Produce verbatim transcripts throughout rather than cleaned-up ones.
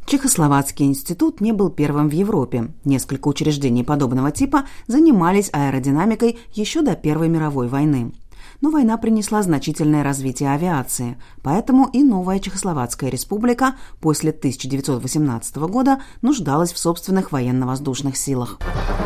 Чехословацкий институт не был первым в Европе. Несколько учреждений подобного типа занимались аэродинамикой еще до Первой мировой войны. Но война принесла значительное развитие авиации, поэтому и новая Чехословацкая республика после тысяча девятьсот восемнадцатого года нуждалась в собственных военно-воздушных силах.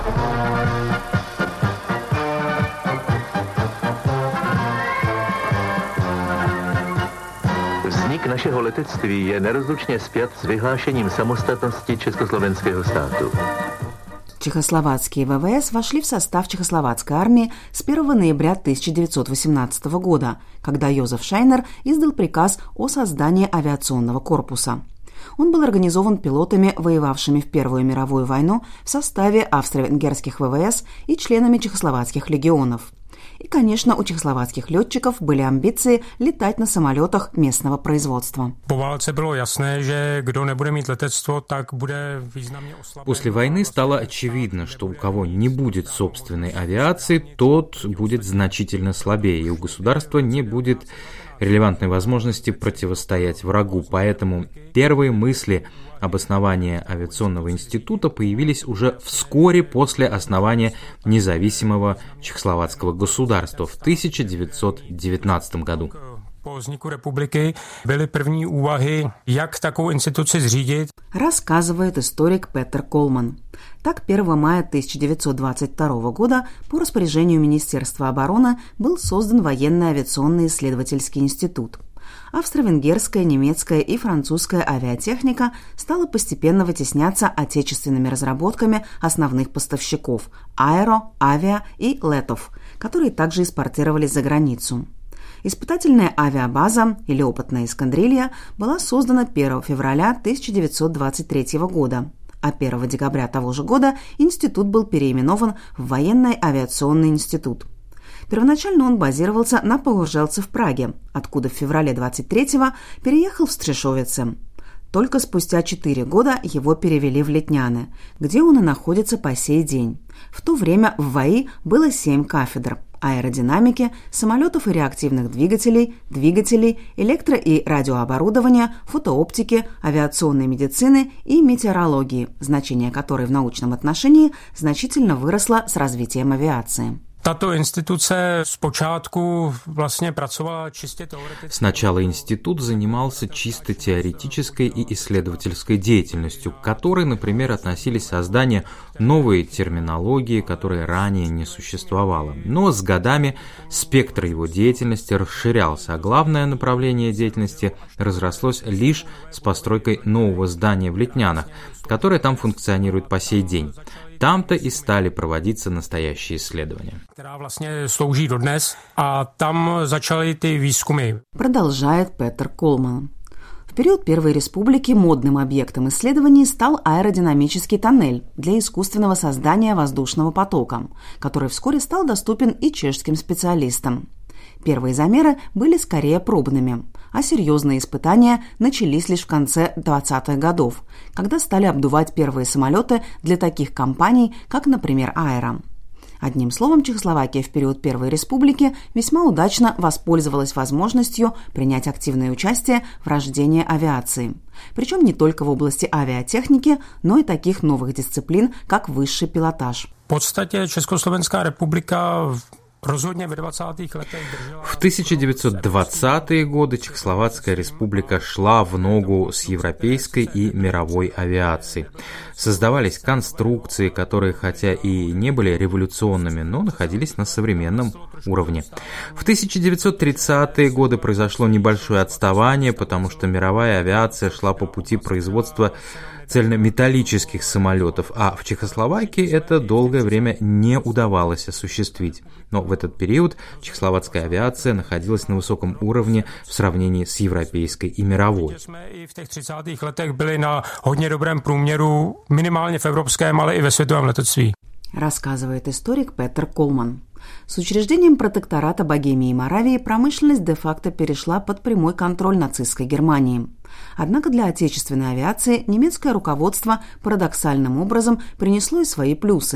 Vznik našeho letectví je nerozlučně spjat s vyhlášením samostatnosti československého státu. Чехословацкие ВВС вошли в состав Чехословацкой армии с первого ноября тысяча девятьсот восемнадцатого года, когда Йозеф Шайнер издал приказ о создании авиационного корпуса. Он был организован пилотами, воевавшими в Первую мировую войну в составе австро-венгерских ВВС и членами чехословацких легионов. И, конечно, у чехословацких летчиков были амбиции летать на самолетах местного производства. После войны стало очевидно, что у кого не будет собственной авиации, тот будет значительно слабее, и у государства не будет релевантной возможности противостоять врагу. Поэтому первые мысли об основании авиационного института появились уже вскоре после основания независимого чехословацкого государства в тысяча девятьсот девятнадцатом году. Po vzniku republiky byly první úvahy, jak takovou instituci zřídit. Рассказывает историк Петер Колман. Так, первого мая тысяча девятьсот двадцать второго года по распоряжению Министерства обороны был создан военный авиационный исследовательский институт. Австро-венгерская, немецкая и французская авиатехника стала постепенно вытесняться отечественными разработками основных поставщиков – Аэро, Авиа и Летов, которые также экспортировались за границу. Испытательная авиабаза или опытная эскадрилья была создана первого февраля тысяча девятьсот двадцать третьего года, а первого декабря того же года институт был переименован в Военный авиационный институт. Первоначально он базировался на Погоржелце в Праге, откуда в феврале двадцать третьего переехал в Стришовице. Только спустя четыре года его перевели в Летняны, где он и находится по сей день. В то время в ВАИ было семь кафедр – аэродинамики, самолетов и реактивных двигателей, двигателей, электро- и радиооборудования, фотооптики, авиационной медицины и метеорологии, значение которой в научном отношении значительно выросло с развитием авиации. Tato instituce zpočátku vlastně pracovala čistě teoreticky. Сначала институт занимался чисто теоретической и исследовательской деятельностью, к которой, например, относились создание новой терминологии, которой ранее не существовало. Но с годами спектр его деятельности расширялся, а главное направление деятельности разрослось лишь с постройкой нового здания в Летнянах, которое там функционирует по сей день. Там-то и стали проводиться настоящие исследования. Продолжает Петер Колман. В период Первой Республики модным объектом исследований стал аэродинамический тоннель для искусственного создания воздушного потока, который вскоре стал доступен и чешским специалистам. Первые замеры были скорее пробными, а серьезные испытания начались лишь в конце двадцатых годов, когда стали обдувать первые самолеты для таких компаний, как, например, Аэро. Одним словом, Чехословакия в период Первой Республики весьма удачно воспользовалась возможностью принять активное участие в рождении авиации. Причем не только в области авиатехники, но и таких новых дисциплин, как высший пилотаж. В подстате Чехословацкая республика В тысяча девятьсот двадцатые годы Чехословацкая республика шла в ногу с европейской и мировой авиацией. Создавались конструкции, которые хотя и не были революционными, но находились на современном уровне. В тысяча девятьсот тридцатые годы произошло небольшое отставание, потому что мировая авиация шла по пути производства цельнометаллических самолетов, а в Чехословакии это долгое время не удавалось осуществить. Но в этот период чехословацкая авиация находилась на высоком уровне в сравнении с европейской и мировой. И в тех тридцатых летах были на hodně dobrém průměru, minimálně v evropském, ale i ve světovém letectví. Рассказывает историк Петер Колман. С учреждением протектората Богемии и Моравии промышленность де-факто перешла под прямой контроль нацистской Германии. Однако для отечественной авиации немецкое руководство парадоксальным образом принесло и свои плюсы.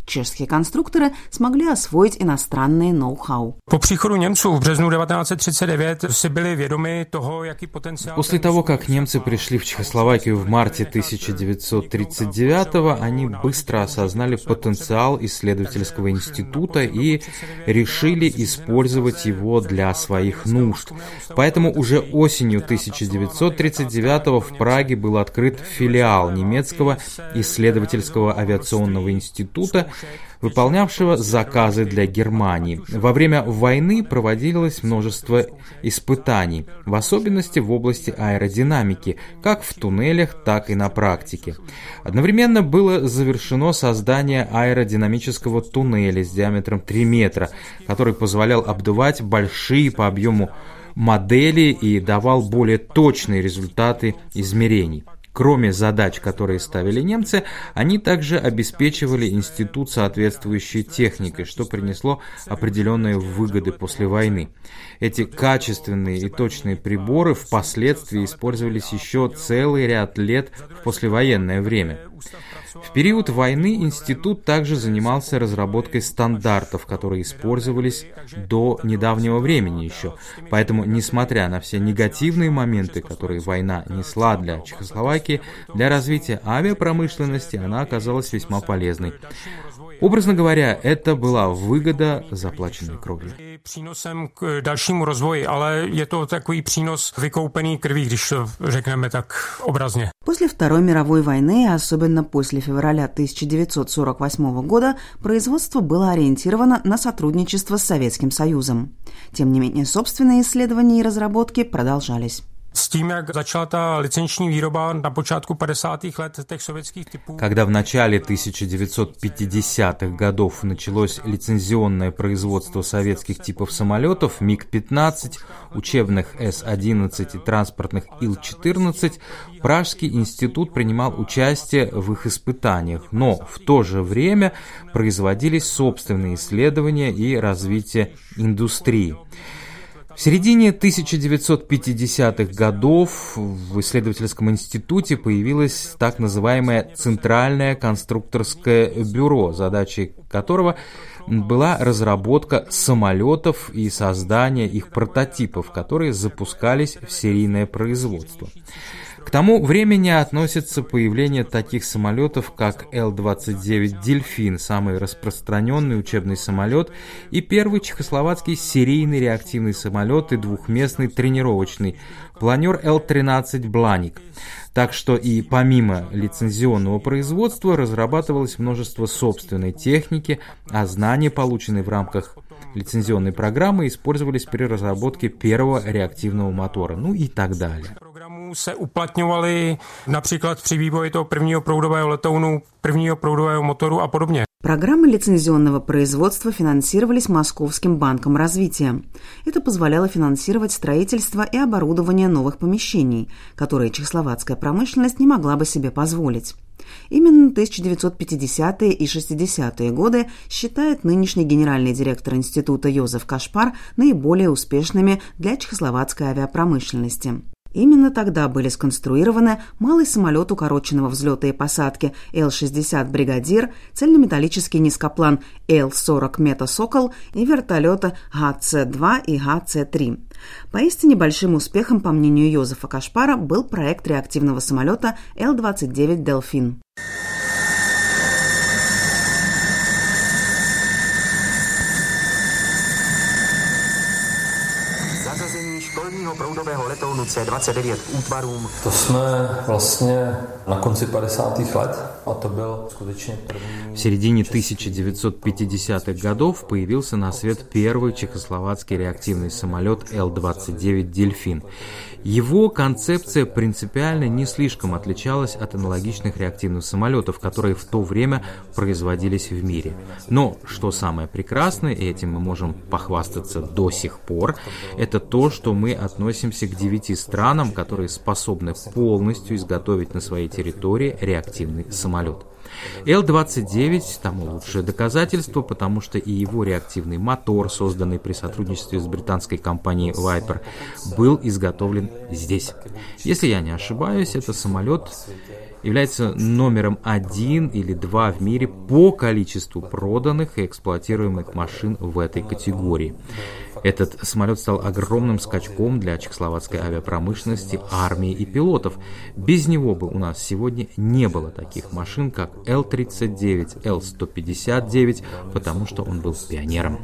Чешские конструкторы смогли освоить иностранные ноу-хау. По приходу немцев в бřeznu девятнадцать тридцать девять si byli vědomi toho, jaký потенциал. После того, как немцы пришли в Чехословакию в марте тысяча девятьсот тридцать девятого, они быстро осознали потенциал исследовательского института и решили использовать его для своих нужд. Поэтому уже осенью тысяча девятьсот тридцать девятого в Праге был открыт филиал немецкого исследовательского авиационного института, выполнявшего заказы для Германии. Во время войны проводилось множество испытаний, в особенности в области аэродинамики, как в туннелях, так и на практике. Одновременно было завершено создание аэродинамического туннеля с диаметром три метра, который позволял обдувать большие по объему модели и давал более точные результаты измерений. Кроме задач, которые ставили немцы, они также обеспечивали институт соответствующей техникой, что принесло определенные выгоды после войны. Эти качественные и точные приборы впоследствии использовались еще целый ряд лет в послевоенное время. В период войны институт также занимался разработкой стандартов, которые использовались до недавнего времени еще. Поэтому, несмотря на все негативные моменты, которые война несла для Чехословакии, для развития авиапромышленности она оказалась весьма полезной. Образно говоря, это была выгода, заплаченной кровью. Přínosem k dalšímu rozvoji, ale je to takový přínos vykoupený krví, když to řekneme tak obrazně. После Второй мировой войны, особенно после февраля тысяча девятьсот сорок восьмого года, производство было ориентировано на сотрудничество с Советским Союзом. Тем не менее, собственные исследования и разработки продолжались. S tím, jak začala ta licenční výroba na počátku padesátých let těch sovětských typů. Когда в начале тысяча девятьсот пятидесятых годов началось лицензионное производство советских типов самолетов миг пятнадцать, учебных эс одиннадцать и транспортных ил четырнадцать, Пражский институт принимал участие в их испытаниях, но в то же время производились собственные исследования и развитие индустрии. В середине тысяча девятьсот пятидесятых годов в исследовательском институте появилось так называемое Центральное конструкторское бюро, задачей которого была разработка самолетов и создание их прототипов, которые запускались в серийное производство. К тому времени относится появление таких самолетов, как эл двадцать девять «Дельфин», самый распространенный учебный самолет, и первый чехословацкий серийный реактивный самолет и двухместный тренировочный планер эл тринадцать «Бланик». Так что и помимо лицензионного производства разрабатывалось множество собственной техники, а знания, полученные в рамках лицензионной программы, использовались при разработке первого реактивного мотора, ну и так далее. Se uplatňovaly například při vývoji toho prvního proudového letounu, prvního proudového motoru a podobně. Программы лицензионного производства финансировались Московским банком развития. Это позволяло финансировать строительство и оборудование новых помещений, которые чехословацкая промышленность не могла бы себе позволить. Именно тысяча девятьсот пятидесятые и шестидесятые годы считает нынешний генеральный директор института Йозеф Кашпар наиболее успешными для чехословацкой авиапромышленности. Именно тогда были сконструированы малый самолет укороченного взлета и посадки эл шестьдесят «Бригадир», цельнометаллический низкоплан эл сорок «Мета-Сокол» и вертолеты га цэ два и га цэ три. Поистине большим успехом, по мнению Йозефа Кашпара, был проект реактивного самолета эл двадцать девять «Дельфин». proudového letounu cé dvacet devět k útvarům. To jsme vlastně na konci padesátých let, a to byl skutečně první. В середине тысяча девятьсот пятидесятых годов появился на свет первый чехословацкий реактивный самолет эл двадцать девять «Дельфин». Его концепция принципиально не слишком отличалась от аналогичных реактивных самолетов, которые в то время производились в мире. Но, что самое прекрасное, и этим мы можем похвастаться до сих пор, это то, что мы относимся к девяти странам, которые способны полностью изготовить на своей территории реактивный самолет. эл двадцать девять тому лучшее доказательство, потому что и его реактивный мотор, созданный при сотрудничестве с британской компанией Viper, был изготовлен здесь. Если я не ошибаюсь, это самолет является номером один или два в мире по количеству проданных и эксплуатируемых машин в этой категории. Этот самолет стал огромным скачком для чехословацкой авиапромышленности, армии и пилотов. Без него бы у нас сегодня не было таких машин, как Эл тридцать девять, Эл сто пятьдесят девять, потому что он был пионером.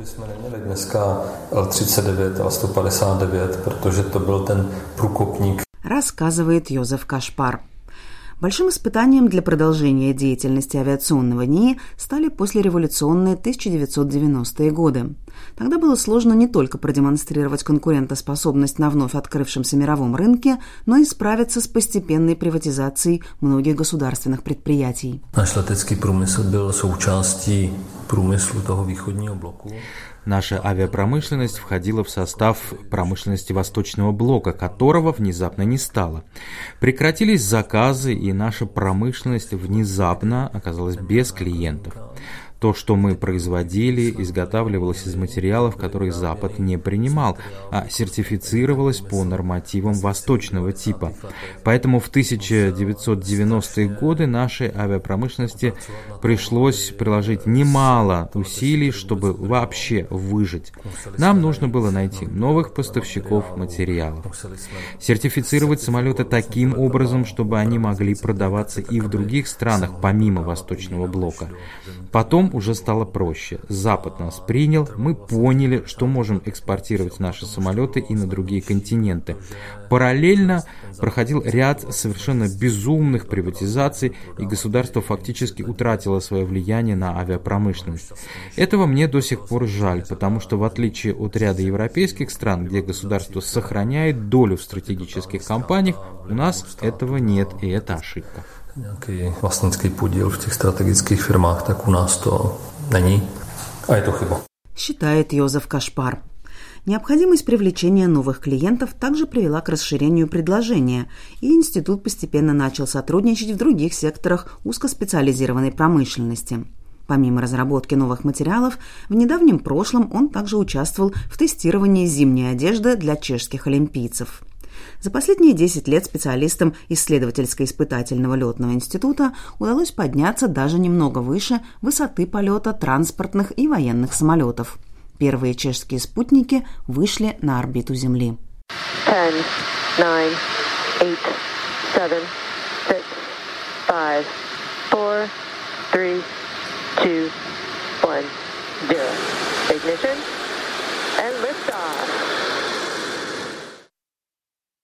Рассказывает Йозеф Кашпар. Большим испытанием для продолжения деятельности авиационного НИИ стали послереволюционные тысяча девятьсот девяностые годы. Тогда было сложно не только продемонстрировать конкурентоспособность на вновь открывшемся мировом рынке, но и справиться с постепенной приватизацией многих государственных предприятий. Наш летecкý průmysl byl součástí průmyslu toho východního bloku. Наша авиапромышленность входила в состав промышленности Восточного блока, которого внезапно не стало. Прекратились заказы, и наша промышленность внезапно оказалась без клиентов. То, что мы производили, изготавливалось из материалов, которые Запад не принимал, а сертифицировалось по нормативам восточного типа. Поэтому в тысяча девятьсот девяностые годы нашей авиапромышленности пришлось приложить немало усилий, чтобы вообще выжить. Нам нужно было найти новых поставщиков материалов, сертифицировать самолеты таким образом, чтобы они могли продаваться и в других странах, помимо Восточного блока. Потом уже стало проще. Запад нас принял, мы поняли, что можем экспортировать наши самолеты и на другие континенты. Параллельно проходил ряд совершенно безумных приватизаций, и государство фактически утратило свое влияние на авиапромышленность. Этого мне до сих пор жаль, потому что в отличие от ряда европейских стран, где государство сохраняет долю в стратегических компаниях, у нас этого нет, и это ошибка. Nějaký vlastnický podíl v těch strategických firmách, tak u nás to není. A je to chyba. Считает Йозеф Кашпар. Необходимость привлечения новых клиентов также привела к расширению предложения, и институт постепенно начал сотрудничать в других секторах узкоспециализированной промышленности. Помимо разработки новых материалов, в недавнем прошлом он также участвовал в тестировании зимней одежды для чешских олимпийцев. За последние десять лет специалистам исследовательско-испытательного летного института удалось подняться даже немного выше высоты полета транспортных и военных самолетов. Первые чешские спутники вышли на орбиту Земли. ten, nine, eight, seven, six, five, four, three, two, one, zero. Ignition and liftoff.